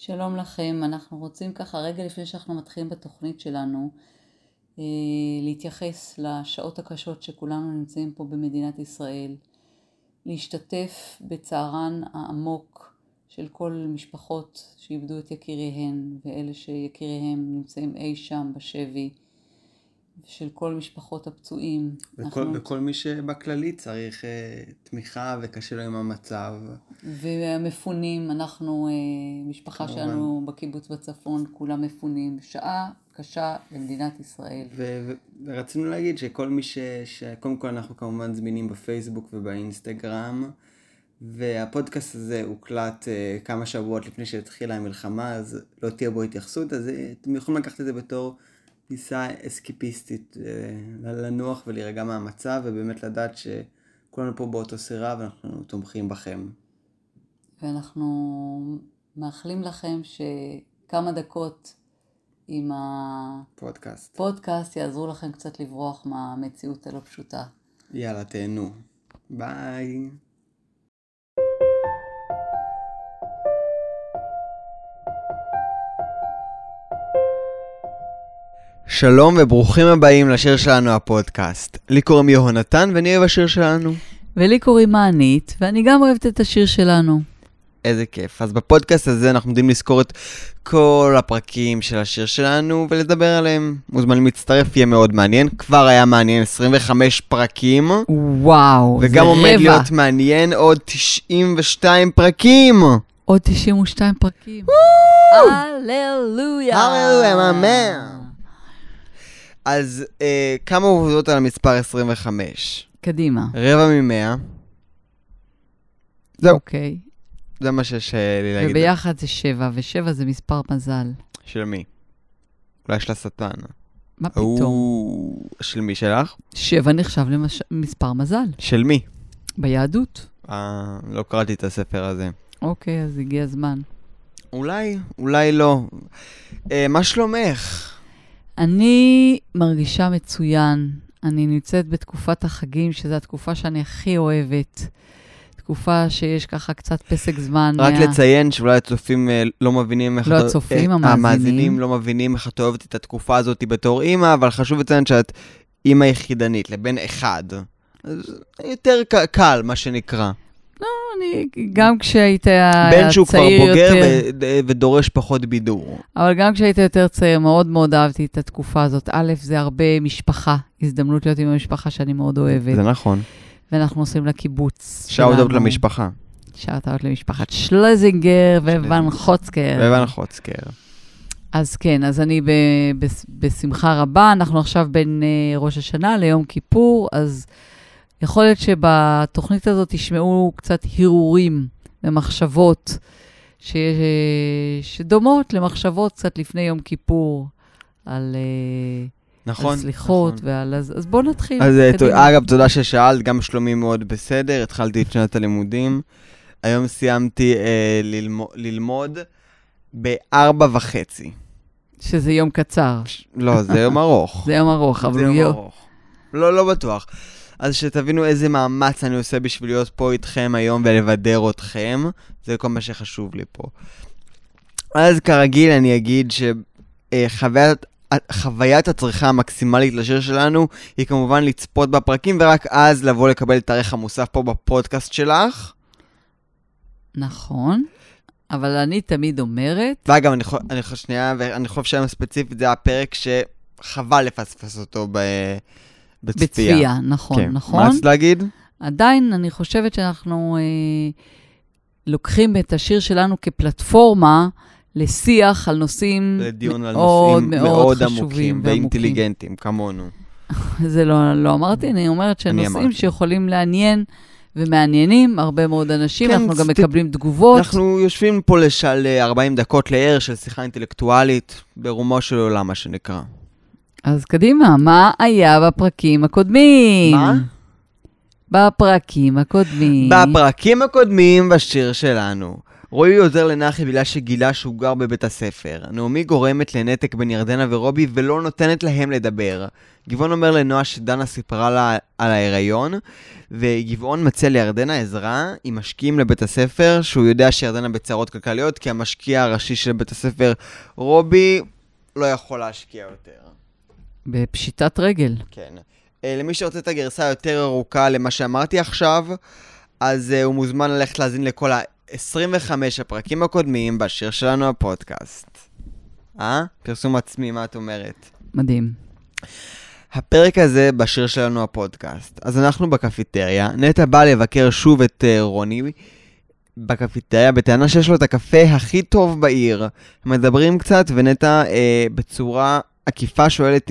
שלום לכם, אנחנו רוצים ככה רגע לפני שאנחנו מתחילים בתוכנית שלנו, להתייחס לשעות הקשות שכולנו נמצאים פה במדינת ישראל, להשתתף בצערן העמוק של כל משפחות שאיבדו את יקיריהן ואלה שיקיריהם נמצאים אי שם בשבי, של כל משפחות הפצועים. וכל מי שבכללי צריך תמיכה וקשה לו עם המצב. והמפונים, אנחנו, משפחה שלנו בקיבוץ בצפון, כולם מפונים. שעה קשה למדינת ישראל. ורצינו להגיד שכל מי שקודם כל אנחנו כמובן זמינים בפייסבוק ובאינסטגרם, והפודקאסט הזה הוקלט כמה שבועות לפני שהתחילה המלחמה, אז לא תהיה בו התייחסות, אז אתם יכולים לקחת את זה בתור פיסה אסקיפיסטית, לנוח ולהירגע מהמצב, ובאמת לדעת שכולנו פה באותו סירה ואנחנו תומכים בכם. ואנחנו מאחלים לכם שכמה דקות עם הפודקאסט יעזרו לכם קצת לברוח מהמציאות הלא פשוטה. יאללה, תהנו. ביי. שלום וברוכים הבאים לשיר שלנו הפודקאסט. לי קוראים יהונתן ואני אוהב השיר שלנו. ולי קוראים מענית ואני גם אוהבת את השיר שלנו. איזה כיף. אז בפודקאסט הזה אנחנו יודעים לזכור את כל הפרקים של השיר שלנו ולדבר עליהם. מוזמנים להצטרף, יהיה מאוד מעניין. כבר היה מעניין 25 פרקים. וואו, זה רבע. וגם עומד להיות מעניין עוד 92 פרקים. עוד 92 פרקים. הללויה. הללויה, מאמן. אז כמה עובדות על המספר 25? קדימה. רבע מ-100. זהו. אוקיי. זה מה שיש לי להגיד. וביחד זה 7, ו7 זה מספר מזל. של מי? אולי של השטן. מה פתאום? של מי שלך? 7 נחשב למספר מזל. של מי? ביהדות. לא קראתי את הספר הזה. אוקיי, אז הגיע הזמן. אולי לא. מה שלומך? אני מרגישה מצוין. אני נמצאת בתקופת החגים, שזו התקופה שאני הכי אוהבת. תקופה שיש ככה קצת פסק זמן. רק לציין שאולי הצופים לא מבינים איך... לא הצופים, המאזינים לא מבינים איך את אוהבת את התקופה הזאת בתור אימא, אבל חשוב לציין שאת אימא יחידנית, לבן אחד. אז יותר קל, מה שנקרא. לא, אני גם כשהיית צעיר יותר... בן שהוא כבר בוגר ודורש פחות בידור. אבל גם כשהיית יותר צעיר, מאוד מאוד אהבתי את התקופה הזאת. א', זה הרבה משפחה, הזדמנות להיות עם המשפחה שאני מאוד אוהבת. זה נכון. ואנחנו עושים לקיבוץ. שאוט למשפחה. שאוט למשפחת שלזינגר וואן חוצקר. וואן חוצקר. אז כן, אז אני בשמחה רבה. אנחנו עכשיו בין ראש השנה ליום כיפור, אז יכול להיות שבתוכנית הזאת תשמעו קצת הירורים ומחשבות שדומות למחשבות קצת לפני יום כיפור על... נכון, על סליחות נכון. אז בואו נתחיל. אז אגב, תודה ששאלת, גם שלומי מאוד בסדר, התחלתי את שנת הלימודים. היום סיימתי ללמוד ב-4:30. שזה יום קצר. לא, זה יום ארוך. זה יום ארוך, אבל זה יום ארוך. לא בטוח. אז שתבינו איזה מאמץ אני עושה בשביל להיות פה איתכם היום ולבדר אתכם. זה כל מה שחשוב לי פה. אז כרגיל אני אגיד חוויית הצריכה המקסימלית לשיר שלנו היא כמובן לצפות בפרקים ורק אז לבוא לקבל את הערך המוסף פה בפודקאסט שלך. נכון, אבל אני תמיד אומרת... ואגב, אני חושב שהיום ספציפית זה הפרק שחבל לפספס אותו בצפייה. בצפייה, נכון, כן. נכון. מה רצית להגיד? עדיין אני חושבת שאנחנו לוקחים את השיר שלנו כפלטפורמה לשיח על נושאים לדיון על מאוד נושאים מאוד מאוד חשובים עמוקים ואינטליגנטים, כמונו. זה לא אמרתי, אני אומרת שנושאים שיכולים לעניין ומעניינים הרבה מאוד אנשים, כן, אנחנו גם מקבלים תגובות. אנחנו יושבים פה לשל 40 דקות לער של שיחה אינטלקטואלית, ברומו של עולם, מה שנקרא. אז קדימה, מה היה בפרקים הקודמים? מה? בפרקים הקודמים. בפרקים הקודמים בשיר שלנו. רועי עוזר לנחי בגלל שגילה שהוא גר בבית הספר. נעמי גורמת לנתק בין ירדנה ורובי ולא נותנת להם לדבר. גבעון אומר לנועה שדנה סיפרה לה על ההיריון, וגבעון מציע לירדנה עזרה עם משקיעים לבית הספר, שהוא יודע שירדנה בצרות כלכליות, כי המשקיע הראשי של בית הספר, רובי, לא יכול להשקיע יותר. בפשיטת רגל. כן. למי שרוצה את הגרסה יותר ארוכה למה שאמרתי עכשיו, אז הוא מוזמן ללכת להזין לכל ה-25 הפרקים הקודמים בשיר שלנו הפודקאסט. פרסום עצמי, מה את אומרת? מדהים. הפרק הזה בשיר שלנו הפודקאסט. אז אנחנו בקפיטריה, נטע בא לבקר שוב את רוני בקפיטריה, בטענה שיש לו את הקפה הכי טוב בעיר. הם מדברים קצת ונטע בצורה עקיפה שואלת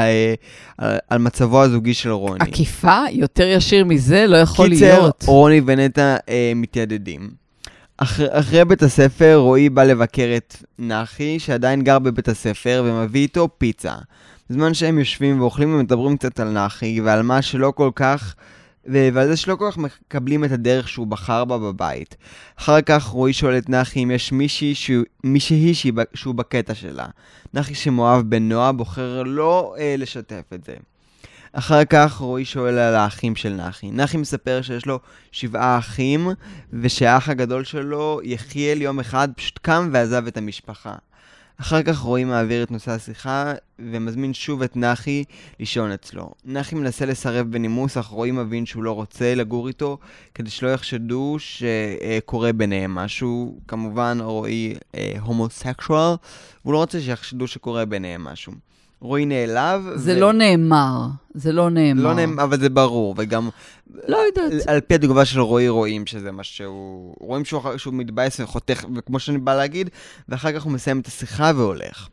על מצבו הזוגי של רוני. עקיפה? יותר ישיר מזה? לא יכול להיות. קיצר, רוני ונטע מתיידדים. אחרי בית הספר, רועי בא לבקר את נחי, שעדיין גר בבית הספר, ומביא איתו פיצה. בזמן שהם יושבים ואוכלים ומדברים קצת על נחי, ועל מה שלא כל כך, ועל זה שלא כל כך מקבלים את הדרך שהוא בחר בה בבית. אחר כך רועי שואל את נחי אם יש מישהי שהוא בקטע שלה. נחי שמואב בן נועה בוחר לא לשתף את זה. אחר כך רועי שואל על האחים של נחי. נחי מספר שיש לו 7 אחים, ושהאח הגדול שלו יחיאל יום אחד פשוט קם ועזב את המשפחה. אחר כך רועי מעביר את נושא השיחה ומזמין שוב את נחי לישון אצלו. נחי מנסה לסרב בנימוס, אך רועי מבין שהוא לא רוצה לגור איתו כדי שלא יחשדו שקורה ביניהם משהו. כמובן רועי הומוסקשואל, והוא לא רוצה שיחשדו שקורה ביניהם משהו. רועי נעלב. זה לא נאמר. זה לא נאמר. לא נאמר, אבל זה ברור, וגם לא יודעת. על פי התגובה של רועי רואים שזה מה שהוא... רואים שהוא מתבאס וחותך, וכמו שאני בא להגיד, ואחר כך הוא מסיים את השיחה והולך.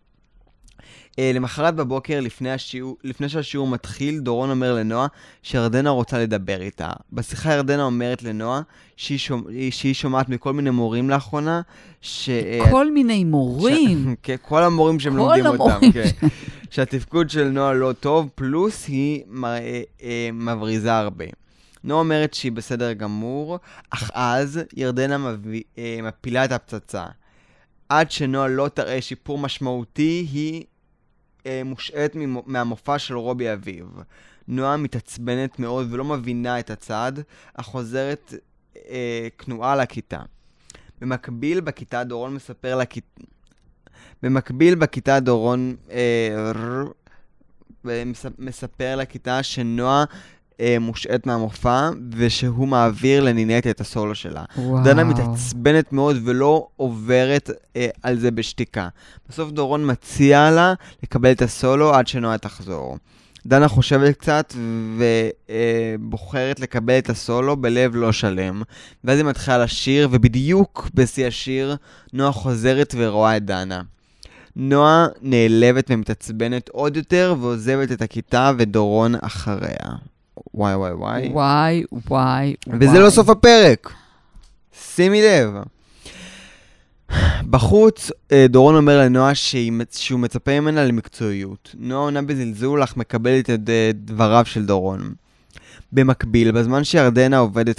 למחרת בבוקר, לפני שהשיעור מתחיל, דורון אומר לנועה שירדנה רוצה לדבר איתה. בשיחה ירדנה אומרת לנועה שהיא שומעת מכל מיני מורים לאחרונה, כל מיני מורים? כן, כל המורים שהם לומדים אותם, כן. שהתפקוד של נועה לא טוב, פלוס היא מבריזה הרבה. נועה אומרת שהיא בסדר גמור, אך אז ירדנה מפילה את הפצצה. עד שנועה לא תראה שיפור משמעותי, היא מושעת מהמופע של רובי אביב. נועה מתעצבנת מאוד ולא מבינה את הצד, אך חוזרת כנועה לכיתה. במקביל בכיתה דורון מספר לכיתה שנועה מושעת מהמופע, ושהוא מעביר לנינט את הסולו שלה. דנה מתעצבנת מאוד ולא עוברת על זה בשתיקה. בסוף דורון מציע לה לקבל את הסולו עד שנועה תחזור. דנה חושבת קצת ובוחרת לקבל את הסולו בלב לא שלם. ואז היא מתחילה לשיר, ובדיוק בשיא השיר נועה חוזרת ורואה את דנה. נועה נעלבת ומתעצבנת עוד יותר ועוזבת את הכיתה ודורון אחריה. וואי וואי וואי. וואי וואי. וזה לא סוף הפרק. שימי לב. בחוץ, דורון אומר לנועה שהוא מצפה ממנה למקצועיות. נועה עונה בזלזול, אך מקבלת את דבריו של דורון. במקביל, בזמן שירדנה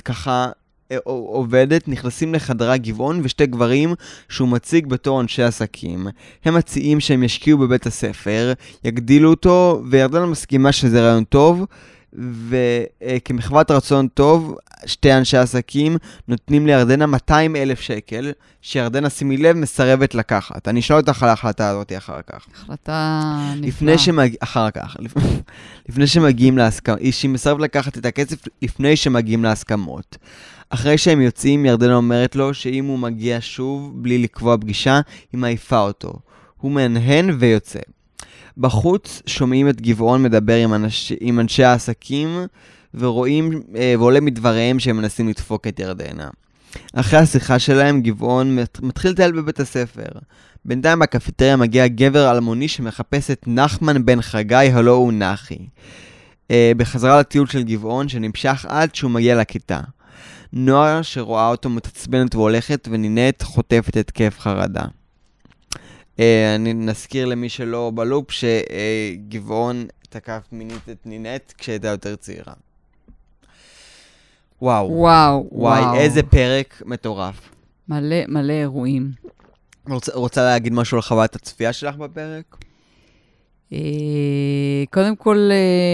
עובדת, נכנסים לחדרה גבעון ושתי גברים שהוא מציג בתור אנשי עסקים. הם מציעים שהם ישקיעו בבית הספר, יגדילו אותו, וירדנה מסכימה שזה רעיון טוב, וכמחוות רצון טוב, שתי אנשי עסקים נותנים לירדנה 200,000 שקל, שירדנה, שימי לב, מסרבת לקחת. אני אשאל אותך על ההחלטה הזאת אחר כך. החלטה נפלאה. לפני שמגיעים להסכמות, שהיא מסרבת לקחת את הכסף לפני שמגיעים להסכמות. אחרי שהם יוצאים, ירדנה אומרת לו שאם הוא מגיע שוב בלי לקבוע פגישה, היא מעיפה אותו. הוא מנהן ויוצא. בחוץ שומעים את גבעון מדבר עם אנשי העסקים, ורואים ועולה מדבריהם שהם מנסים לדפוק את ירדנה. אחרי השיחה שלהם, גבעון מתחיל לטייל בבית הספר. בינתיים בקפיטריה מגיע גבר אלמוני שמחפש את נחמן בן חגי, הלא הוא נחי. בחזרה לטיול של גבעון שנמשך עד שהוא מגיע לכיתה. נועה שרואה אותו מתעצבנת והולכת, ונינט חוטפת את כיף חרדה. אני נזכיר למי שלא בלופ שגבעון תקף מינית את נינט כשהייתה יותר צעירה. וואו. איזה פרק מטורף. מלא אירועים. רוצה להגיד משהו על חוויית הצפייה שלך בפרק? קודם כל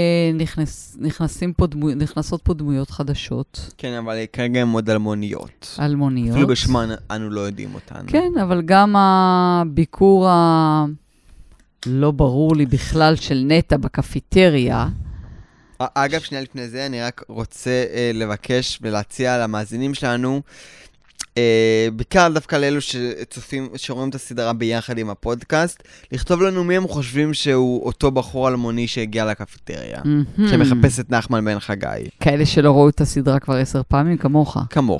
נכנסות פה דמויות חדשות. כן, אבל כרגע הם עוד אלמוניות. אלמוניות. אפילו בשמן אנו לא יודעים אותן. כן, אבל גם הביקור לא ברור לי בכלל של נטע בקפיטריה. אגב, שנייה לפני זה, אני רק רוצה לבקש ולהציע למאזינים שלנו, בעיקר דווקא לאלו שרואים את הסדרה ביחד עם הפודקאסט, לכתוב לנו מי הם חושבים שהוא אותו בחור אלמוני שהגיע לקפיטריה, שמחפש את נחמן בן חגי. כאלה שלא ראו את הסדרה כבר 10 פעמים, כמוך.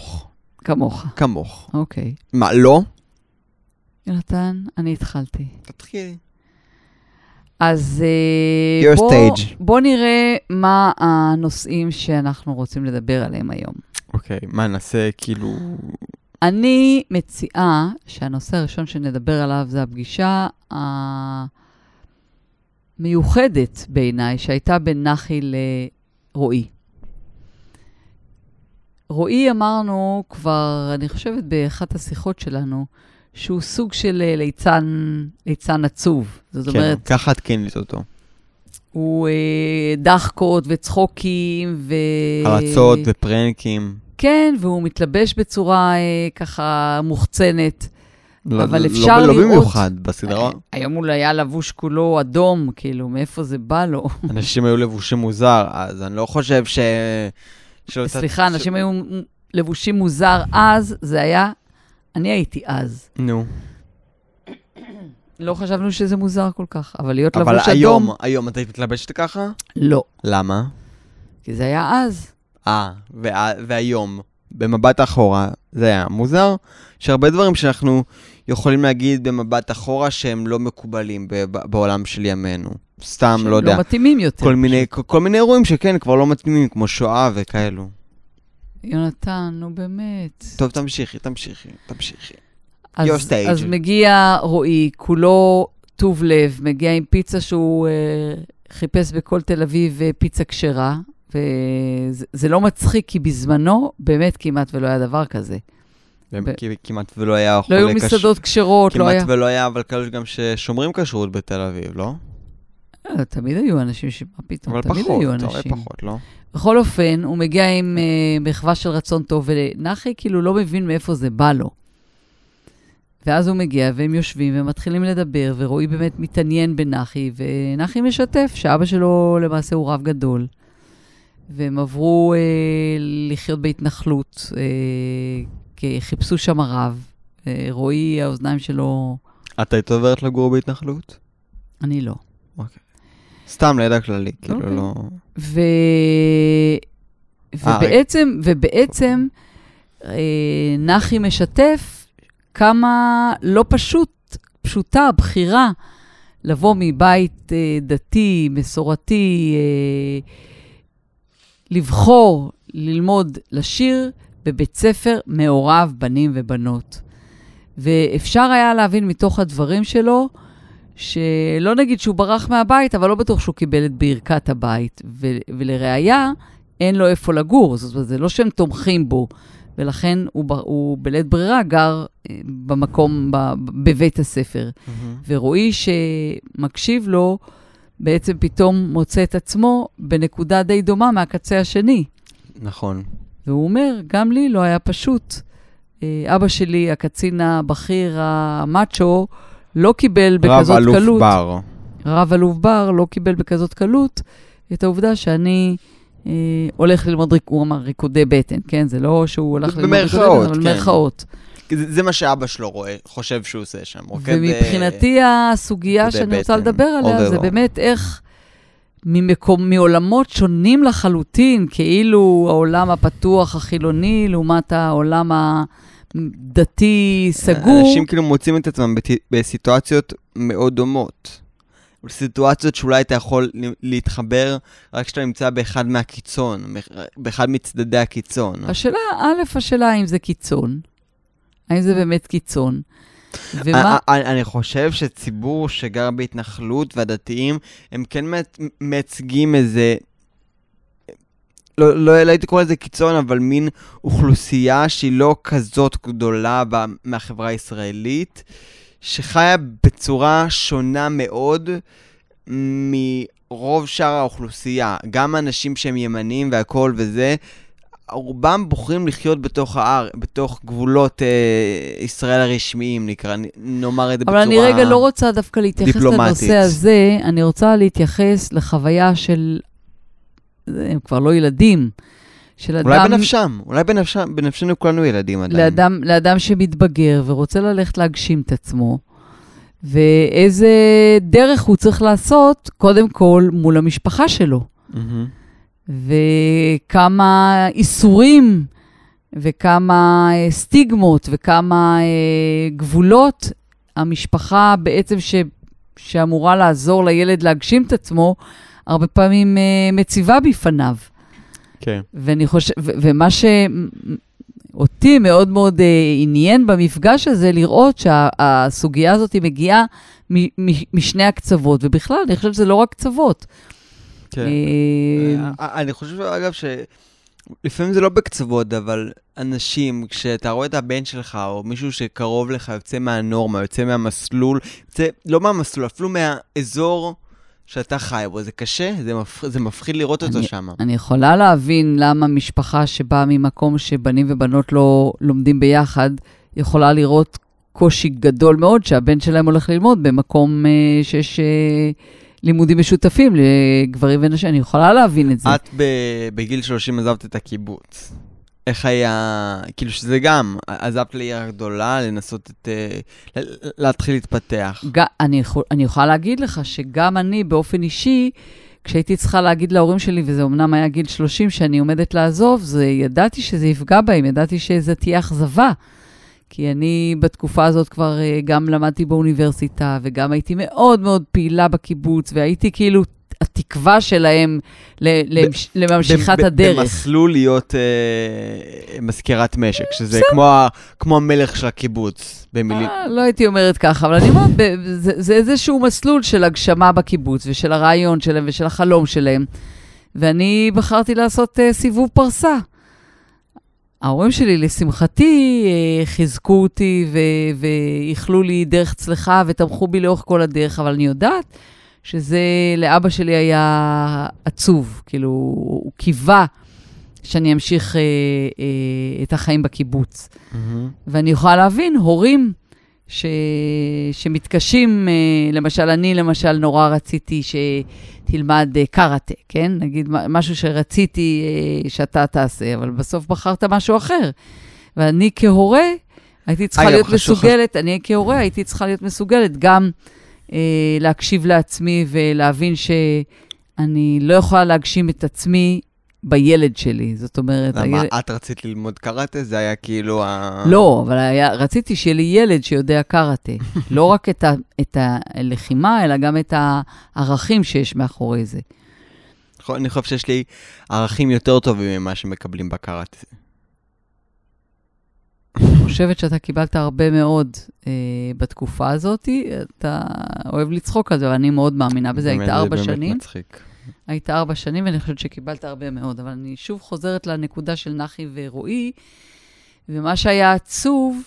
כמוך. אוקיי. מה, לא? יונתן, אני התחלתי. תתחילי. אז בוא נראה מה הנושאים שאנחנו רוצים לדבר עליהם היום. אוקיי, מה נעשה כאילו... אני מציעה שהנושא הראשון שנדבר עליו זה הפגישה המיוחדת בעיניי שהייתה בין נחי לרועי. רועי אמרנו כבר, אני חושבת באחת השיחות שלנו, שהוא סוג של ליצן עצוב. זאת אומרת... כן, ככה תקנית אותו. הוא דחקות וצחוקים הרצות ופרנקים. כן, והוא מתלבש בצורה ככה מוחצנת. אבל אפשר לראות... לא במיוחד בסדרה. היום הוא היה לבוש כולו אדום, כאילו, מאיפה זה בא לו? אנשים היו לבושים מוזר, אז אני לא חושב סליחה, אנשים היו לבושים מוזר אז, זה היה... אני הייתי אז. נו. לא חשבנו שזה מוזר כל כך, אבל להיות לבוש אדום... אבל היום אתה מתלבשת ככה? לא. למה? כי זה היה אז. והיום, במבט אחורה, זה היה מוזר, שהרבה דברים שאנחנו יכולים להגיד במבט אחורה שהם לא מקובלים בעולם של ימינו. סתם, לא יודע. שהם לא מתאימים יותר. כל מיני אירועים שכן, כבר לא מתאימים, כמו שואה וכאלו. יונתן, נו באמת. טוב, תמשיכי. אז מגיע רועי, כולו טוב לב, מגיע עם פיצה שהוא חיפש בכל תל אביב פיצה כשרה, וזה לא מצחיק, כי בזמנו באמת כמעט ולא היה דבר כזה. כמעט ולא היה... לא היו מסעדות כשרות, לא היה... כמעט ולא היה, אבל כאלה גם ששומרים כשרות בתל אביב, לא? תמיד היו אנשים שמה פתאום, אבל תמיד פחות, היו אנשים. הרבה פחות, לא? בכל אופן, הוא מגיע עם מחווה של רצון טוב, ונחי כאילו לא מבין מאיפה זה בא לו. ואז הוא מגיע, והם יושבים ומתחילים לדבר, ורועי באמת מתעניין בנחי, ונחי משתף שאבא שלו למעשה הוא רב גדול. והם עברו לחיות בהתנחלות, כי חיפשו שם הרב. רועי, האוזניים שלו... אתה היית עוברת לגור בהתנחלות? אני לא. אוקיי. סתם לידע כללי, כאילו לא... ובעצם נחי משתף כמה לא פשוטה הבחירה לבוא מבית דתי, מסורתי, לבחור ללמוד לשיר בבית ספר מעורב בנים ובנות. ואפשר היה להבין מתוך הדברים שלו, שלא נגיד שהוא ברח מהבית, אבל לא בטוח שהוא קיבל את ברכת הבית. ולראיה, אין לו איפה לגור. זאת אומרת, זה לא שהם תומכים בו. ולכן הוא בלית ברירה גר במקום, בבית הספר. ורועי שמקשיב לו, בעצם פתאום מוצא את עצמו בנקודה די דומה מהקצה השני. נכון. והוא אומר, גם לי לא היה פשוט. אבא שלי, הקצין הבכיר, המאצ'ו, לא קיבל בכזאת קלות. רב אלוף בר לא קיבל בכזאת קלות את העובדה שאני הולך ללמוד, הוא אמר ריקודי בטן, כן? זה לא שהוא הולך ללמוד ריקודי בטן, אבל מרכאות. זה מה שאבא שלו רואה, חושב שהוא עושה שם. ומבחינתי הסוגיה שאני רוצה לדבר עליה, זה באמת איך מעולמות שונים לחלוטין, כאילו העולם הפתוח החילוני, לעומת העולם הדתי סגור. אנשים כאילו מוצאים את עצמם בסיטואציות מאוד דומות. סיטואציות שאולי אתה יכול להתחבר רק כשאתה נמצא באחד מהקיצון, באחד מצדדי הקיצון. השאלה האם זה קיצון. האם זה באמת קיצון? אני חושב שציבור שגר בהתנחלות והדתיים, הם כן מייצגים איזה לא הייתי קורא לזה קיצון, אבל מין אוכלוסייה שהיא לא כזאת גדולה מהחברה הישראלית, שחיה בצורה שונה מאוד מרוב שאר האוכלוסייה. גם אנשים שהם ימנים והכל וזה, רובם בוחרים לחיות בתוך גבולות ישראל הרשמיים, נאמר את זה בצורה דיפלומטית. אבל אני רגע לא רוצה דווקא להתייחס לנושא הזה, אני רוצה להתייחס לחוויה של, הם כבר לא ילדים, של אדם... אולי בנפשנו כולנו ילדים עדיין. לאדם שמתבגר ורוצה ללכת להגשים את עצמו, ואיזה דרך הוא צריך לעשות, קודם כל מול המשפחה שלו. וכמה איסורים, וכמה סטיגמות, וכמה גבולות, המשפחה בעצם שאמורה לעזור לילד להגשים את עצמו, הרבה פעמים מציבה בפניו. כן. ואני חושב, ומה שאותי מאוד מאוד עניין במפגש הזה, לראות שהסוגיה הזאת מגיעה משני הקצוות, ובכלל, אני חושב שזה לא רק קצוות. כן. אני חושב, אגב, שלפעמים זה לא בקצוות, אבל אנשים, כשאתה רואה את הבן שלך, או מישהו שקרוב לך, יוצא מהנורמה, יוצא מהמסלול, יוצא, לא מהמסלול, אפילו מהאזור שאתה חי בו, זה קשה, זה מפחיד לראות אותו שם. אני יכולה להבין למה משפחה שבאה ממקום שבנים ובנות לא לומדים ביחד, יכולה לראות קושי גדול מאוד שהבן שלהם הולך ללמוד במקום שיש לימודים משותפים לגברים ונשים. אני יכולה להבין את זה. את בגיל 30 עזבת את הקיבוץ. איך היה, כאילו שזה גם, עזבת לעיר גדולה, לנסות להתחיל להתפתח. אני יכולה להגיד לך שגם אני באופן אישי, כשהייתי צריכה להגיד להורים שלי, וזה אמנם היה גיל 30 שאני עומדת לעזוב, ידעתי שזה יפגע בהם, ידעתי שזה תהיה אכזבה. כי אני בתקופה הזאת כבר גם למדתי באוניברסיטה, וגם הייתי מאוד מאוד פעילה בקיבוץ, והייתי כאילו התקווה שלהם לממשיכת הדרך. במסלול להיות מזכירת משק, שזה כמו המלך של הקיבוץ, במילים. לא הייתי אומרת ככה, אבל אני אומרת, זה איזשהו מסלול של הגשמה בקיבוץ, ושל הרעיון שלהם, ושל החלום שלהם. ואני בחרתי לעשות סיבוב פרסה. ההורים שלי, לשמחתי, חיזקו אותי ויכלו לי דרך צלחה, ותמכו בי לאורך כל הדרך, אבל אני יודעת שזה לאבא שלי היה עצוב, כאילו הוא קיווה שאני אמשיך את החיים בקיבוץ. ואני יכולה להבין הורים שמתקשים, למשל אני למשל נורא רציתי שתלמד קראטה, כן? נגיד משהו שרציתי שאתה תעשה, אבל בסוף בחרת משהו אחר. ואני כהורה הייתי צריכה להיות מסוגלת, הייתי צריכה להיות מסוגלת גם להקשיב לעצמי ולהבין שאני לא יכולה להגשים את עצמי בילד שלי. זאת אומרת... למה? את רצית ללמוד קראטה? זה היה כאילו לא, אבל רציתי שיהיה לי ילד שיודע קראטה. לא רק את הלחימה, אלא גם את הערכים שיש מאחורי זה. אני חושב שיש לי ערכים יותר טובים ממה שמקבלים בקראטה. אני חושבת שאתה קיבלת הרבה מאוד בתקופה הזאת. אתה אוהב לצחוק על זה, אבל אני מאוד מאמינה בזה. היית 4 שנים. זה באמת מצחיק. היית 4 שנים, ואני חושבת שקיבלת הרבה מאוד. אבל אני שוב חוזרת לנקודה של נחי ורועי, ומה שהיה עצוב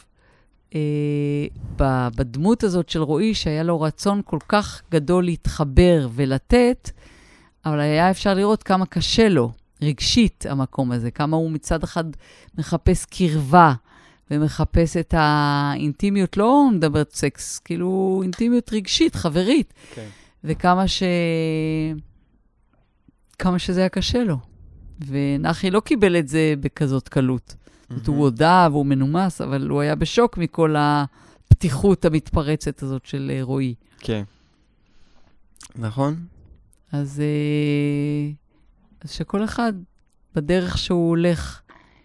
בדמות הזאת של רועי, שהיה לו רצון כל כך גדול להתחבר ולתת, אבל היה אפשר לראות כמה קשה לו, רגשית, המקום הזה, כמה הוא מצד אחד מחפש קרבה, ומחפש את האינטימיות, לא מדברת סקס, כאילו אינטימיות רגשית, חברית. כן. וכמה שזה היה קשה לו. ונחי לא קיבל את זה בכזאת קלות. הוא הודע והוא מנומס, אבל הוא היה בשוק מכל הפתיחות המתפרצת הזאת של רועי. כן. נכון. אז שכל אחד בדרך שהוא הולך,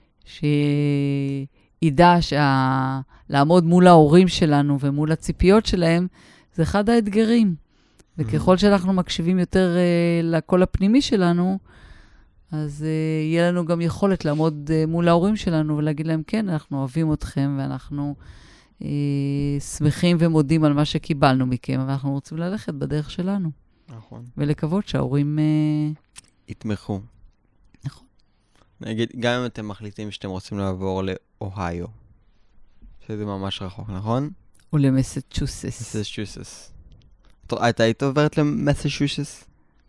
שידע לעמוד מול ההורים שלנו ומול הציפיות שלהם, זה אחד האתגרים. וככל שאנחנו מקשיבים יותר לקול הפנימי שלנו, אז יהיה לנו גם יכולת לעמוד מול ההורים שלנו ולהגיד להם, כן, אנחנו אוהבים אתכם, ואנחנו שמחים ומודים על מה שקיבלנו מכם, ואנחנו רוצים ללכת בדרך שלנו. נכון. ולקוות שההורים יתמכו. נכון. נגיד, גם אם אתם מחליטים שאתם רוצים לעבור לאוהיו, שזה ממש רחוק, נכון? ולמסצ'וסס. מסצ'וסס. אתה היית עוברת למסצ'וסס?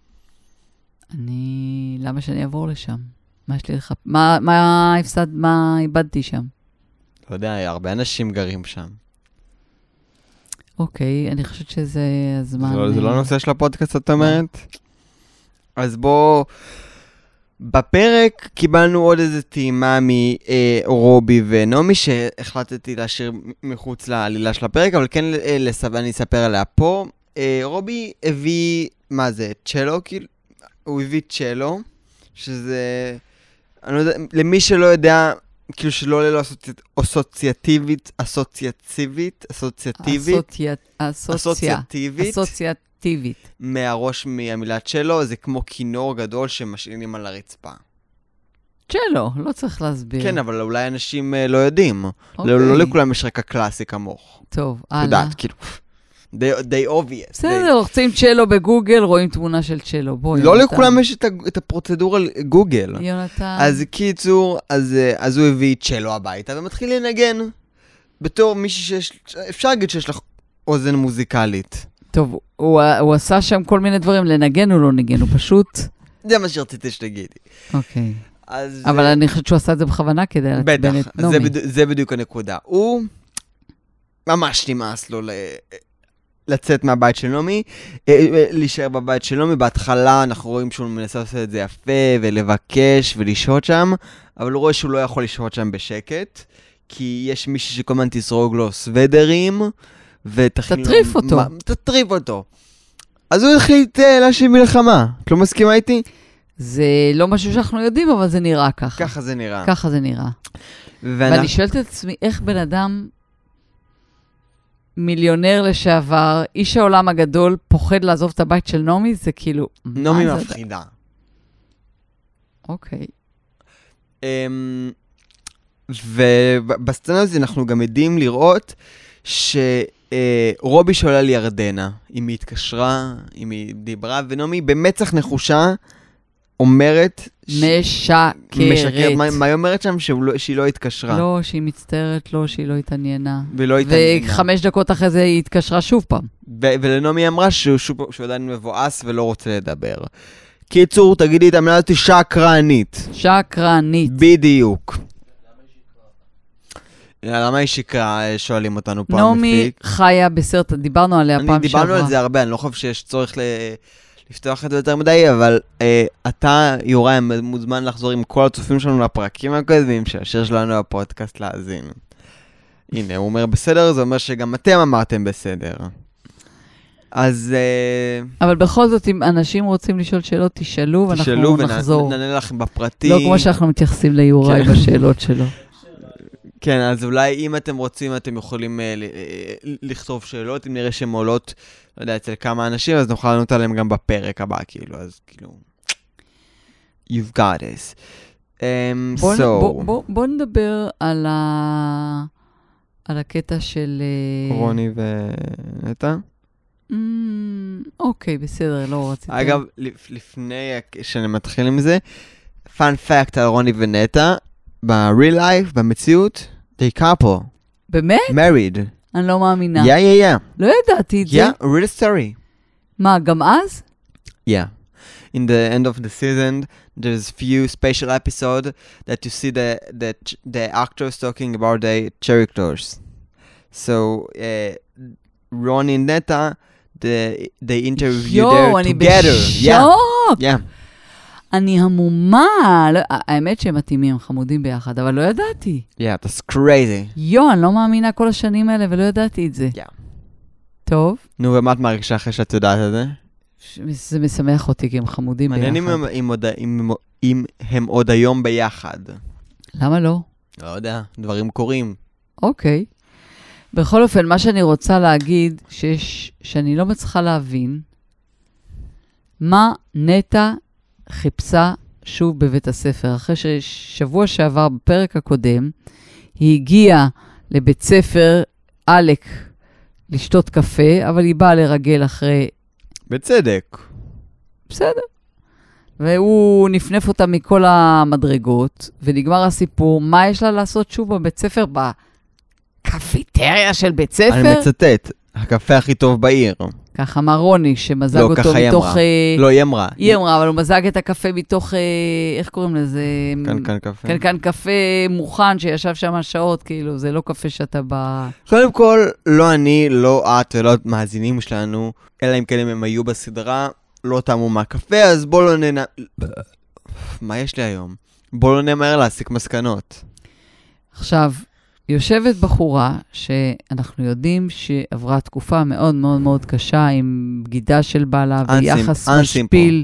למה שאני אעבור לשם? מה יש לי לך? מה איבדתי שם? לא יודע, הרבה אנשים גרים שם. אוקיי, אני חושבת שזה הזמן... זה לא נושא של הפודקאסט, את אומרת? אז בוא... בפרק קיבלנו עוד איזה טעימה מרובי ונומי, שהחלטתי להשאיר מחוץ לעלילה של הפרק, אבל כן אני אספר עליה פה. רובי הביא, מה זה, צ'לו? הוא הביא צ'לו, שזה... אני לא יודע, למי שלא יודע... כאילו שלא עולה לו אסוציאטיבית, מהראש מהמילת שלו, זה כמו כינור גדול שמשעינים על הרצפה. צ'לו, לא צריך להסביר. כן, אבל אולי אנשים לא יודעים. לא לכולם יש רקע קלאסי כמוך. טוב, הלאה. יודעת, כאילו, די obvious. בסדר, רוחצים צ'לו בגוגל, רואים תמונה של צ'לו. לא לכולם יש את הפרוצדורה גוגל. יונתן. אז קיצור, אז הוא הביא צ'לו הביתה ומתחיל לנגן. בתור מישהי שיש, אפשר להגיד שיש לך אוזן מוזיקלית. טוב, הוא עשה שם כל מיני דברים, לנגן הוא לא נגן, הוא פשוט... זה מה שרציתי שתגידי. אוקיי. אבל אני חושבת שהוא עשה את זה בכוונה כדי לעצבן את נומי. בטח, זה בדיוק הנקודה. הוא ממש נמאס לו לצאת מהבית של נומי, להישאר בבית של נומי. בהתחלה אנחנו רואים שהוא מנסה לעשות את זה יפה, ולבקש ולשהות שם, אבל הוא רואה שהוא לא יכול לשהות שם בשקט, כי יש מישהי שכל הזמן תסרוג לו סוודרים, תטריף אותו. תטריף אותו. אז הוא החליט להשיב מלחמה. את לא מסכימה איתי? זה לא משהו שאנחנו יודעים, אבל זה נראה ככה. ככה זה נראה. ככה זה נראה. ואני שואלת את עצמי, איך בן אדם מיליונר לשעבר, איש העולם הגדול, פוחד לעזוב את הבית של נומי? זה כאילו... נומי מפחידה. אוקיי. ובסצנה הזאת אנחנו גם יודעים לראות שרובי שואלה לירדנה, אם היא התקשרה, אם היא דיברה, ונומי במצח נחושה אומרת... משקרת. מה היא אומרת שם? שהיא לא התקשרה. לא, שהיא מצטערת, לא, שהיא לא התעניינה. ולא התעניינה. ו5 דקות אחרי זה היא התקשרה שוב פעם. ולנומי אמרה שהוא עדיין מבואס ולא רוצה לדבר. קיצור, תגידי את המילה הזאת שקרנית. שקרנית. בדיוק. למה היא שקרה? שואלים אותנו פעם מפיק. נומי חיה בסרט, דיברנו עליה פעם שעברה. דיברנו על זה הרבה, אני לא חושב שיש צורך לפתוח את זה יותר מדי, אבל אתה, יוראי, מוזמן לחזור עם כל הצופים שלנו לפרקים הקודמים, שהשיר שלנו הפודקאסט להאזין. הנה, הוא אומר בסדר, זה אומר שגם אתם אמרתם בסדר. אז... אבל בכל זאת, אם אנשים רוצים לשאול שאלות, תשאלו ואנחנו נחזור. ונענה לכם בפרטי. לא כמו שאנחנו מתייחסים ליוראי בשאלות שלו. כן, אז אולי אם אתם רוצים, אתם יכולים לכתוב שאלות, אם נראה שהן עולות, לא יודע, אצל כמה אנשים, אז נוכל לענות עליהם גם בפרק הבא, כאילו, אז כאילו... You've got this. בוא נדבר על הקטע של... רוני ונטע? אוקיי, בסדר, לא רציתי. אגב, לפני שאני מתחיל עם זה, fun fact על רוני ונטע, ב-real life, במציאות, they couple. באמת? married. אני לא מאמינה. Yeah. לא ידעתי את זה. Yeah, real story. מה, גם אז? Yeah. In the end of the season, there's few special episodes that you see the actors talking about the characters. So, Ron and Netta, they interview there together. בשוק. Yeah. אני המומה. האמת שהם מתאימים, חמודים ביחד, אבל לא ידעתי. Yeah, that's crazy. אני לא מאמינה כל השנים האלה, ולא ידעתי את זה. Yeah. טוב. נו, ומה את מרגישה אחרי שאת יודעת את זה? זה משמח אותי, כי הם חמודים ביחד. מעניין אם הם עוד היום ביחד. למה לא? לא יודע, דברים קורים. אוקיי. בכל אופן, מה שאני רוצה להגיד, שאני לא מצליחה להבין, מה נטע חיפשה שוב בבית הספר. אחרי ששבוע שעבר בפרק הקודם, היא הגיעה לבית ספר אלק לשתות קפה, אבל היא באה לרגל אחרי... בצדק. בסדר. והוא נפנף אותה מכל המדרגות, ונגמר הסיפור, מה יש לה לעשות שוב בבית ספר? בקפיטריה של בית ספר? אני מצטט, הקפה הכי טוב בעיר. כך אמר רוני, שמזג אותו מתוך... לא, היא אמרה. היא אמרה, אבל הוא מזג את הקפה מתוך, איך קוראים לזה? קנקן קפה. קנקן קפה מוכן, שישב שם שעות, כאילו, זה לא קפה שאתה בא... קודם כל, לא אני, לא את ולא מאזינים שלנו, אלא אם כן הם היו בסדרה, לא טעמו מהקפה, אז בוא לא ננ... מה יש לי היום? בוא לא נמהר להסיק מסקנות. עכשיו, יושבת בחורה שאנחנו יודעים שעברה תקופה מאוד מאוד מאוד קשה עם בגידה של בעלה ויחס משפיל,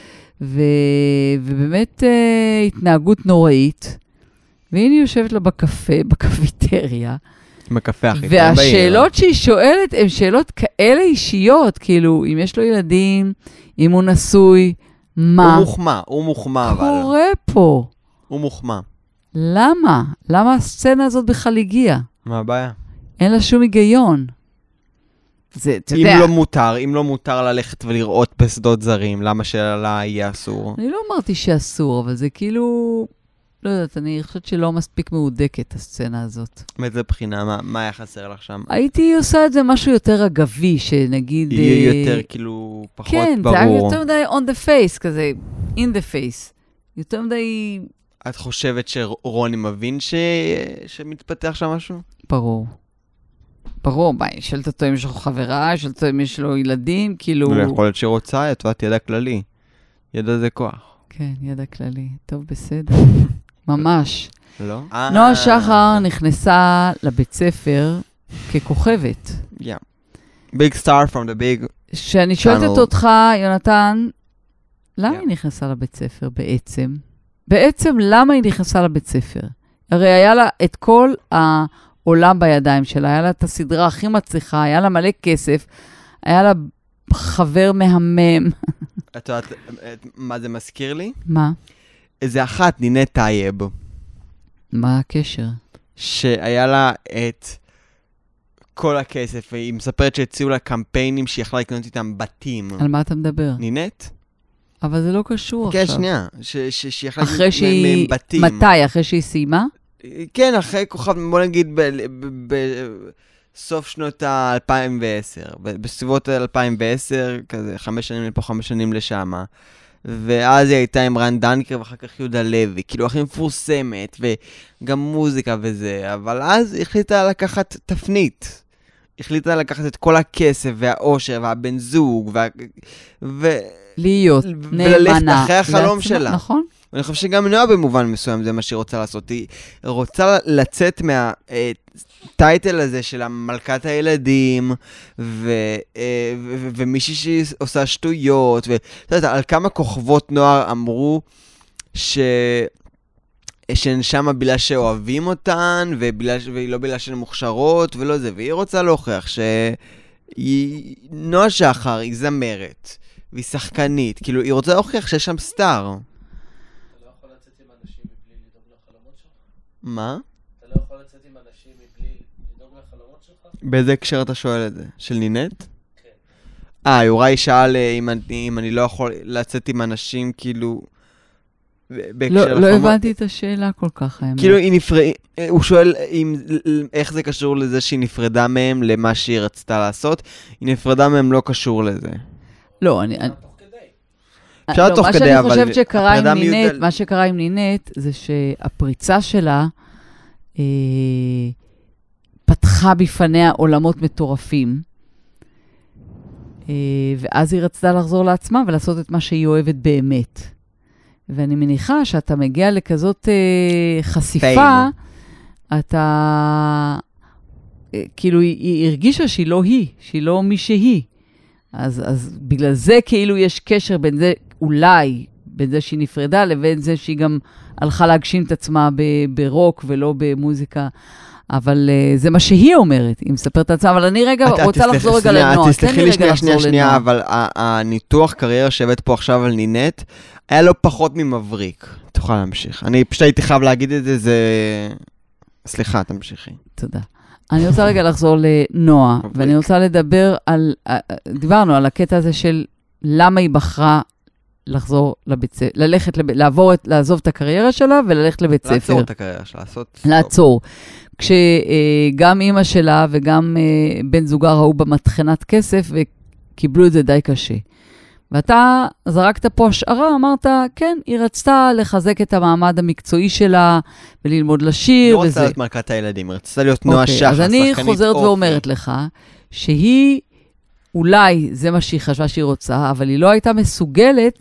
ובאמת התנהגות נוראית, והנה היא יושבת לה בקפה, בקפיטריה, עם הקפה הכי טוב בעיר. והשאלות שהיא שואלת הן שאלות כאלה אישיות, כאילו, אם יש לו ילדים, אם הוא נשוי, מה? הוא מוחמא, אבל. קורה פה? הוא מוחמא. למה? למה הסצנה הזאת בכלל הגיעה? מה הבעיה? אין לה שום היגיון. זה, אתה יודע. אם לא מותר ללכת ולראות בשדות זרים, למה שלה יהיה אסור? אני לא אמרתי שאסור, אבל זה כאילו... לא יודעת, אני חושבת שלא מספיק מהודקת, הסצנה הזאת. מאיזה בחינה? מה היה חסר לך שם? הייתי עושה את זה משהו יותר אגבי, שנגיד... יהיה יותר כאילו פחות כן, ברור. כן, זה היה יותר מדי on the face, כזה, in the face. יותר מדי... את חושבת שרוני מבין שמתפתח שם משהו? ברור. ברור, היא שואלת אותו אם יש לו חברה, שואלת אותו אם יש לו ילדים, כאילו... יכול להיות שהיא רוצה, את יודעת, ידע כללי. ידע זה כוח. כן, ידע כללי. טוב, בסדר. ממש. לא? נועה שחר נכנסה לבית ספר ככוכבת. Big star from the big... שאני שואלת אותך, יונתן, למה היא נכנסה לבית ספר בעצם? בעצם למה היא נכנסה לבית ספר? הרי היה לה את כל העולם בידיים שלה, היה לה את הסדרה הכי מצליחה, היה לה מלא כסף, היה לה חבר מהמם. את יודעת מה זה מזכיר לי? מה? איזה אחת, נינת טייב. מה הקשר? שהיה לה את כל הכסף, והיא מספרת שהציעו לה קמפיינים שהיא יכלה לקנות איתם בתים. על מה אתה מדבר? נינת? אבל זה לא קשור עכשיו. כן, שנייה. שהיא יכלה אחרי שהיא... בתים. מתי? אחרי שהיא סיימה? כן, אחרי כוכב, בוא נגיד, בסוף שנות ה-2010. בסביבות 2010, כזה 5 שנים לפה, 5 שנים לשם. ואז היא הייתה עם רן דנקר, ואחר כך יהודה לוי. כאילו, הכי מפורסמת, וגם מוזיקה וזה. אבל אז היא החליטה לקחת תפנית. החליטה לקחת את כל הכסף, והאושר, והבן זוג, להיות נאמנה. וללכת אחרי החלום שלה. נכון. ואני חושב שגם נועה במובן מסוים זה מה שהיא רוצה לעשות. היא רוצה לצאת מהטייטל הזה של מלכת הילדים, ומישהי שהיא עושה שטויות, ואתה יודע, על כמה כוכבות נוער אמרו שהן שמה בגלל שאוהבים אותן, ולא בגלל שהן מוכשרות, ולא זה. והיא רוצה להוכיח נועה שחר היא זמרת, והיא שחקנית. כאילו, היא רוצה להוכיח שיש שם סטאר. מה? אתה לא יכול לצאת עם אנשים מבלי לדאוג לחלומות שלך? באיזה הקשר אתה שואל את זה? של נינת? כן. יוראי שאל אם אני לא יכול לצאת עם אנשים כאילו... לא הבנתי את השאלה כל כך, האמת. כאילו הוא שואל איך זה קשור לזה שהיא נפרדה מהם למה שהיא רצתה לעשות. היא נפרדה מהם לא קשור לזה. לא, אני... אפשר תוך כדי, אבל... מה שאני חושבת שקרה עם נינת, זה שהפריצה שלה פתחה בפניה עולמות מטורפים, ואז היא רצתה לחזור לעצמה ולעשות את מה שהיא אוהבת באמת. ואני מניחה שאתה מגיע לכזאת חשיפה, אתה... כאילו, היא הרגישה שהיא לא היא, שהיא לא מי שהיא. אז בגלל זה כאילו יש קשר בין זה, אולי, בין זה שהיא נפרדה, לבין זה שהיא גם הלכה להגשים את עצמה ברוק ולא במוזיקה. אבל זה מה שהיא אומרת, היא מספרת את עצמה, אבל אני רגע רוצה לחזור רגע לנועה. תסלחי לי שנייה, אבל הניתוח קריירה שבאת פה עכשיו על נינת, היה לו פחות ממבריק. תוכל להמשיך. אני פשוט הייתי חייב להגיד את זה, סליחה, תמשיכי. תודה. אני רוצה רגע לחזור לנועה, ואני רוצה לדבר דיברנו על הקטע הזה של למה היא בחרה לחזור לבית ספר, לעזוב את הקריירה שלה וללכת לבית ספר. לעצור את הקריירה שלה, לעצור. כשגם אימא שלה וגם בן זוגה ראו במטחנת כסף וקיבלו את זה די קשה. ואתה זרקת פה השערה, אמרת, כן, היא רצתה לחזק את המעמד המקצועי שלה וללמוד לשיר. לא רצתה להיות מלכת הילדים, רצתה להיות נועה שחר, אז אני חוזרת ואומרת לך, שהיא, אולי זה מה שהיא חשבה שהיא רוצה, אבל היא לא הייתה מסוגלת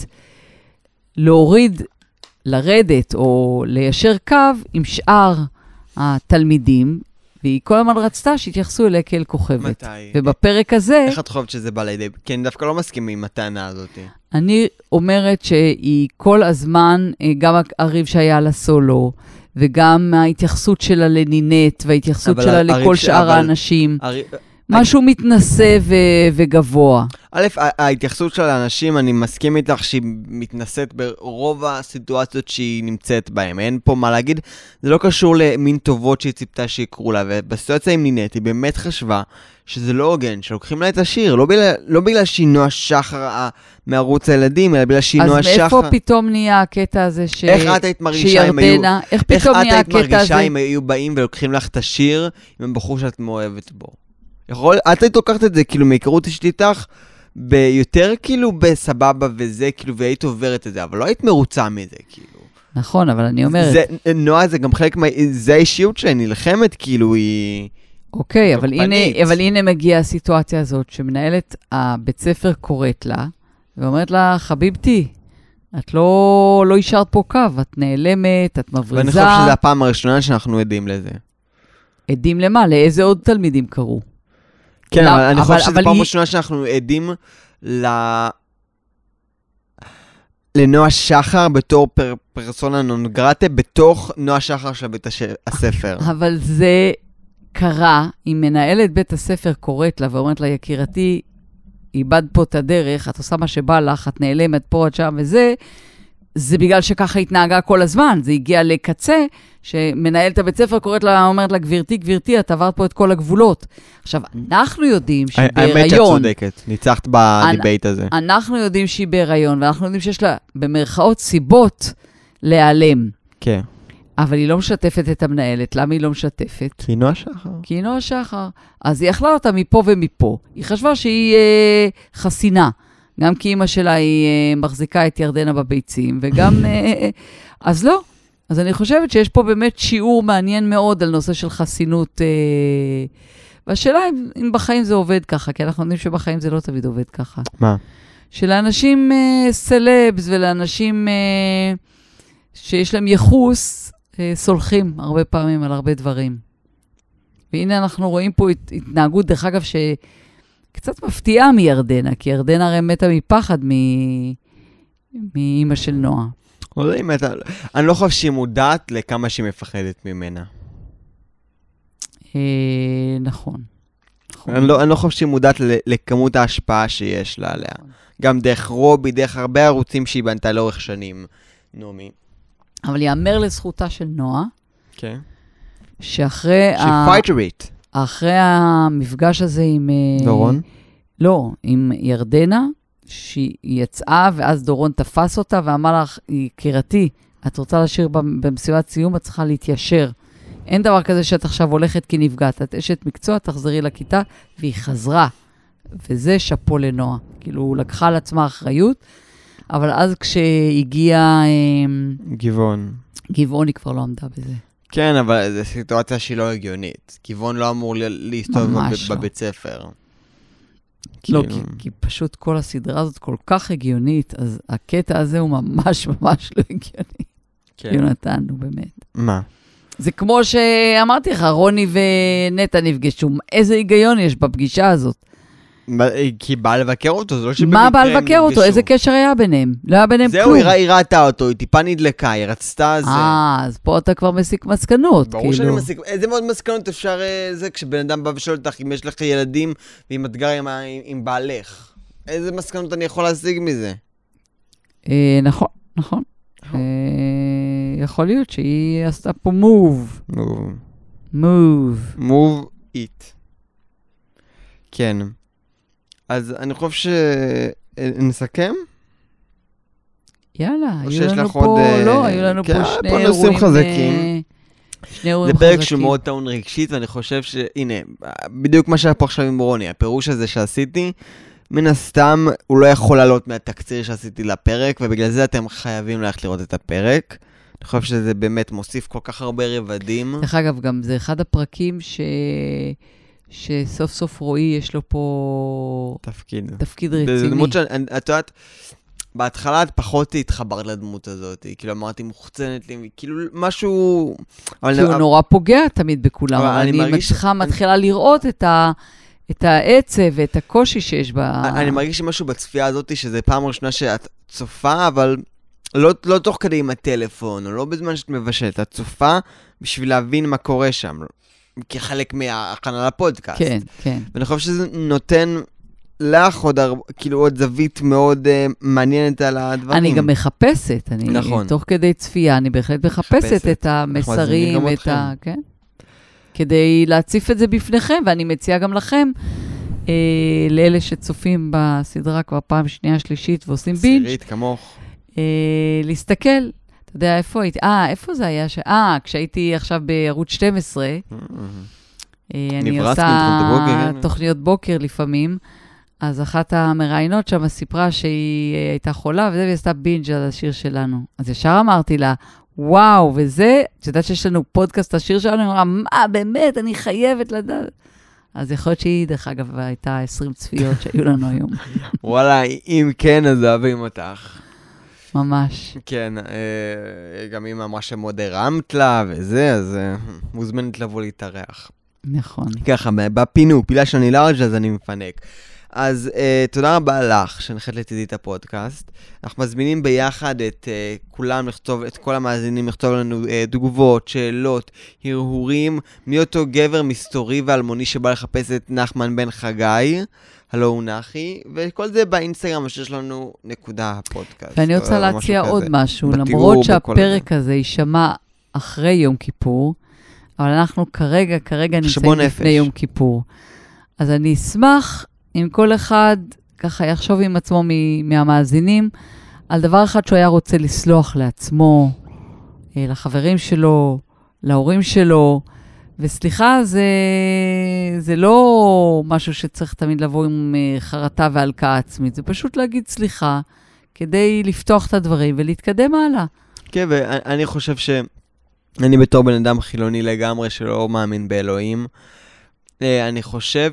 לרדת או ליישר קו עם שאר התלמידים, והיא כל הזמן רצתה שהתייחסו אליה כאל כוכבת. מתי? ובפרק הזה... איך את חושבת שזה בא לידי? כי אני דווקא לא מסכים עם הטענה הזאת. אני אומרת שהיא כל הזמן, גם הריב שהיה לה סולו, וגם ההתייחסות שלה לנינט, וההתייחסות שלה לכל שאר האנשים. משהו מתנסה וגבוה. א', ההתייחסות של האנשים, אני מסכים איתך שהיא מתנסית ברוב הסיטואציות שהיא נמצאת בהן. אין פה מה להגיד, זה לא קשור למין טובות שהיא ציפתה שיקרו לה, ובסיטואציה עם נינט היא באמת חשבה שזה לא הוגן, שלוקחים לה את השיר, לא בגלל שהיא נועה שחר מערוץ הילדים, אלא בגלל שהיא נועה שחר. אז מאיפה פתאום נהיה הקטע הזה איך את היית מרגישה אם היו באים ולוקחים לך את השיר, אם הם בחור שאת מאוהבת בו? את היית לוקחת את זה, כאילו, מהיכרות אישית איתך, ביותר כאילו בסבבה וזה, כאילו, והיית עוברת את זה, אבל לא היית מרוצה מזה, כאילו. נכון, אבל אני אומרת... נועה זה גם חלק זה האישיות שהיא נלחמת, כאילו, היא... אוקיי, אבל הנה מגיעה הסיטואציה הזאת, שמנהלת הבית ספר קוראת לה, ואומרת לה, חביבתי, את לא השארת פה קו, את נעלמת, את מבריזה. ואני חושב שזה הפעם הראשונה שאנחנו עדים לזה. עדים למה? לאיזה עוד תלמידים קראו? כן, אבל אני חושב שזו פעם ראשונה שאנחנו עדים לנועה שחר בתור פרסונה נון גרטה, בתוך נועה שחר של בית הספר. אבל זה קרה, אם מנהלת בית הספר קוראת לה ואומרת לה, יקירתי, איבד פה את הדרך, את עושה מה שבא לך, את נעלמת פה, את שם וזה, זה בגלל שככה התנהגה כל הזמן, זה הגיע לקצה, שמנהלת הבית ספר קוראת לה, אומרת לה, גבירתי, את עברת פה את כל הגבולות. עכשיו, אנחנו יודעים שהיא בהיריון. האמת שאת צודקת, ניצחת בדיבייט הזה. אנחנו יודעים שהיא בהיריון, ואנחנו יודעים שיש לה, במרכאות, סיבות להיעלם. כן. אבל היא לא משתפת את המנהלת. למה היא לא משתפת? כי היא נועה שחר. כי היא נועה שחר. אז היא אכלה אותה מפה ומפה. היא חשבה שהיא חסינה. גם כי אמא שלה היא מחזיקה את ירדנה בביצים, וגם... אז לא. אז אני חושבת שיש פה באמת שיעור מעניין מאוד על נושא של חסינות. והשאלה אם בחיים זה עובד ככה, כי אנחנו יודעים שבחיים זה לא תמיד עובד ככה. מה? שלאנשים סלבס ולאנשים שיש להם יחוס, סולחים הרבה פעמים על הרבה דברים. והנה אנחנו רואים פה התנהגות, דרך אגב, שקצת מפתיעה מירדנה, כי ירדנה הרי מתה מפחד מאמא של נועה. אני לא חושב שהיא מודעת לכמה שהיא מפחדת ממנה. נכון. אני לא חושב שהיא מודעת לכמות ההשפעה שיש לה עליה. גם דרך רובי, דרך הרבה ערוצים שהיא בנתה לאורך שנים, נעמי. אבל יאמר לזכותה של נועה, כן. שאחרי אחרי המפגש הזה עם... דורון? לא, עם ירדנה, שהיא יצאה, ואז דורון תפס אותה, ואמר לך, יקירתי, את רוצה לשיר במסיבת סיום, את צריכה להתיישר. אין דבר כזה שאת עכשיו הולכת כי נפגעת. את אשת מקצוע, תחזרי לכיתה, והיא חזרה. וזה שפו לנועה. כאילו, הוא לקחה על עצמה אחריות, אבל אז כשהגיע... גבעון היא כבר לא עמדה בזה. כן, אבל זו סיטואציה שהיא לא הגיונית. גבעון לא אמור להסתובב בבית ספר. לא, כי פשוט כל הסדרה הזאת כל כך הגיונית, אז הקטע הזה הוא ממש ממש לא הגיוני. יונתן, הוא באמת. מה? זה כמו שאמרתי לך, רוני ונטע נפגשו. איזה היגיון יש בפגישה הזאת? כי בא לבקר אותו, זה לא שבמקרה מה בא לבקר אותו? איזה קשר היה ביניהם? לא היה ביניהם כלום. זהו, היא ראתה אותו, היא טיפה נדלקה, היא רצתה זה. אז פה אתה כבר מסיק מסקנות. ברור שאני מסיק, איזה מאוד מסקנות אפשר זה, כשבן אדם בא ושואל אותך אם יש לך ילדים ועם אתגר עם בעלך. איזה מסקנות אני יכול להשיג מזה? נכון. יכול להיות שהיא עשתה פה מוב. move it. כן. אז אני חושב שנסכם? יאללה, או היו שיש לנו לך פה, עוד, לא, היו לנו כן, פה פה שני נושאים אירועים חזקים. שני אירועים זה פרק חזקים. שהוא מאוד טעון רגשית, ואני חושב שהנה, בדיוק מה שהיה פה עכשיו עם רוני, הפירוש הזה שעשיתי, מן הסתם הוא לא יכול לעלות מהתקציר שעשיתי לפרק, ובגלל זה אתם חייבים ללכת לראות את הפרק. אני חושב שזה באמת מוסיף כל כך הרבה רבדים. דרך אגב, גם זה אחד הפרקים שסוף סוף רועי יש לו פה תפקיד רציני. זה דמות שאת יודעת, בהתחלה את פחות התחברת לדמות הזאת, כאילו אמרתי מוחצנת לי, כאילו משהו... כי הוא נורא פוגע תמיד בכולם, אבל אני מתחילה לראות את העצב ואת הקושי שיש בה. אני מרגיש שמשהו בצפייה הזאת, שזה פעם ראשונה שאת צופה, אבל לא תוך כדי עם הטלפון, או לא בזמן שאת מבשלת, את צופה בשביל להבין מה קורה שם, כחלק מההכנה לפודקאסט. כן, כן. ואני חושב שזה נותן לך עוד זווית מאוד מעניינת על הדברים. אני גם מחפשת, נכון. תוך כדי צפייה, אני בהחלט מחפשת את המסרים, כן? כדי להציף את זה בפניכם, ואני מציעה גם לכם, לאלה שצופים בסדרה כבר פעם שנייה, שלישית, ועושים בינג'. סירית כמוך. להסתכל, אתה יודע איפה הייתי? איפה זה היה? כשהייתי עכשיו בערוץ 12, אני עושה תוכניות בוקר לפעמים, אז אחת המראיינות שם סיפרה שהיא הייתה חולה, והיא עשתה בינג' על השיר שלנו. אז ישר אמרתי לה, וואו, וזה, את יודעת שיש לנו פודקאסט השיר שלנו, היא אמרה, מה, באמת, אני חייבת לדעת. אז יכול להיות שהיא, דרך אגב, הייתה 20 צפיות שהיו לנו היום. וואלה, אם כן, אז אוהבים אותך. ממש. כן, גם אם אמרה שמאוד הרמת לה וזה, אז מוזמנת לבוא להתארח. נכון. ככה, פילה שאני לארג' אז אני מפנק. אז תודה רבה לך שנחת לצידי את הפודקאסט. אנחנו מזמינים ביחד את כולם לכתוב, את כל המאזינים לכתוב לנו תגובות, שאלות, הרהורים, מי אותו גבר מסתורי ואלמוני שבא לחפש את נחמן בן חגי, הלו הוא נחי, וכל זה באינסטגרם שיש לנו נקודה פודקאסט. ואני רוצה להציע עוד משהו, למרות שהפרק הזה יישמע אחרי יום כיפור, אבל אנחנו כרגע נמצאים לפני יום כיפור. אז אני אשמח אם כל אחד ככה יחשוב עם עצמו מהמאזינים, על דבר אחד שהוא היה רוצה לסלוח לעצמו, לחברים שלו, להורים שלו, וסליחה זה לא משהו שצריך תמיד לבוא עם חרטה והלקאה עצמית, זה פשוט להגיד סליחה, כדי לפתוח את הדברים ולהתקדם הלאה. כן, ואני חושב שאני בתור בן אדם חילוני לגמרי שלא מאמין באלוהים, אני חושב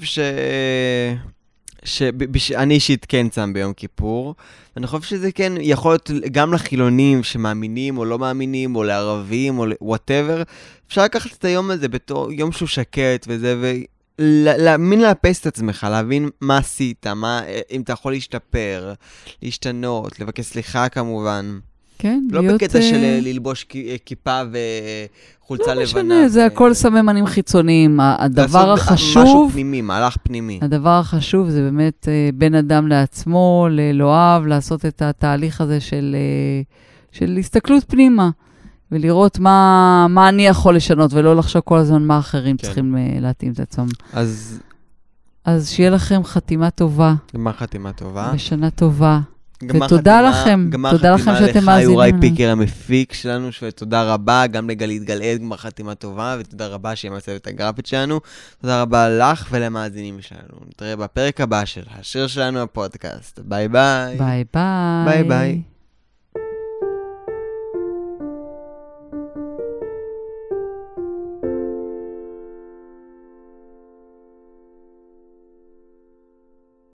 שאני אישית כן צם ביום כיפור, ואני חושב שזה כן יכול להיות גם לחילונים שמאמינים או לא מאמינים, או לערבים או whatever, אפשר לקחת את היום הזה בתור יום שהוא שקט וזה, ולהאמין לאפס את עצמך, להבין מה עשית, אם אתה יכול להשתפר, להשתנות, לבקש סליחה כמובן. כן, לא להיות... בקטע של ללבוש כיפה וחולצה לבנה. לא משנה, זה הכל סממנים חיצוניים. הדבר החשוב... משהו פנימי, מהלך פנימי. הדבר החשוב זה באמת בין אדם לעצמו, לאלוהיו, לעשות את התהליך הזה של הסתכלות פנימה, ולראות מה אני יכול לשנות, ולא לחשוב כל הזמן מה אחרים צריכים להתאים את עצמם. אז שיהיה לכם חתימה טובה. גמר חתימה טובה. ושנה טובה. ותודה לכם, תודה לכם שאתם מאזינים. יוראי פיקר המפיק שלנו, ותודה רבה גם לגלית גלעד, גמר חתימה טובה, ותודה רבה שהיא מצוות הגרפית שלנו. תודה רבה לך ולמאזינים שלנו. נתראה בפרק הבא של השיר שלנו, הפודקאסט. ביי ביי. ביי ביי. ביי ביי.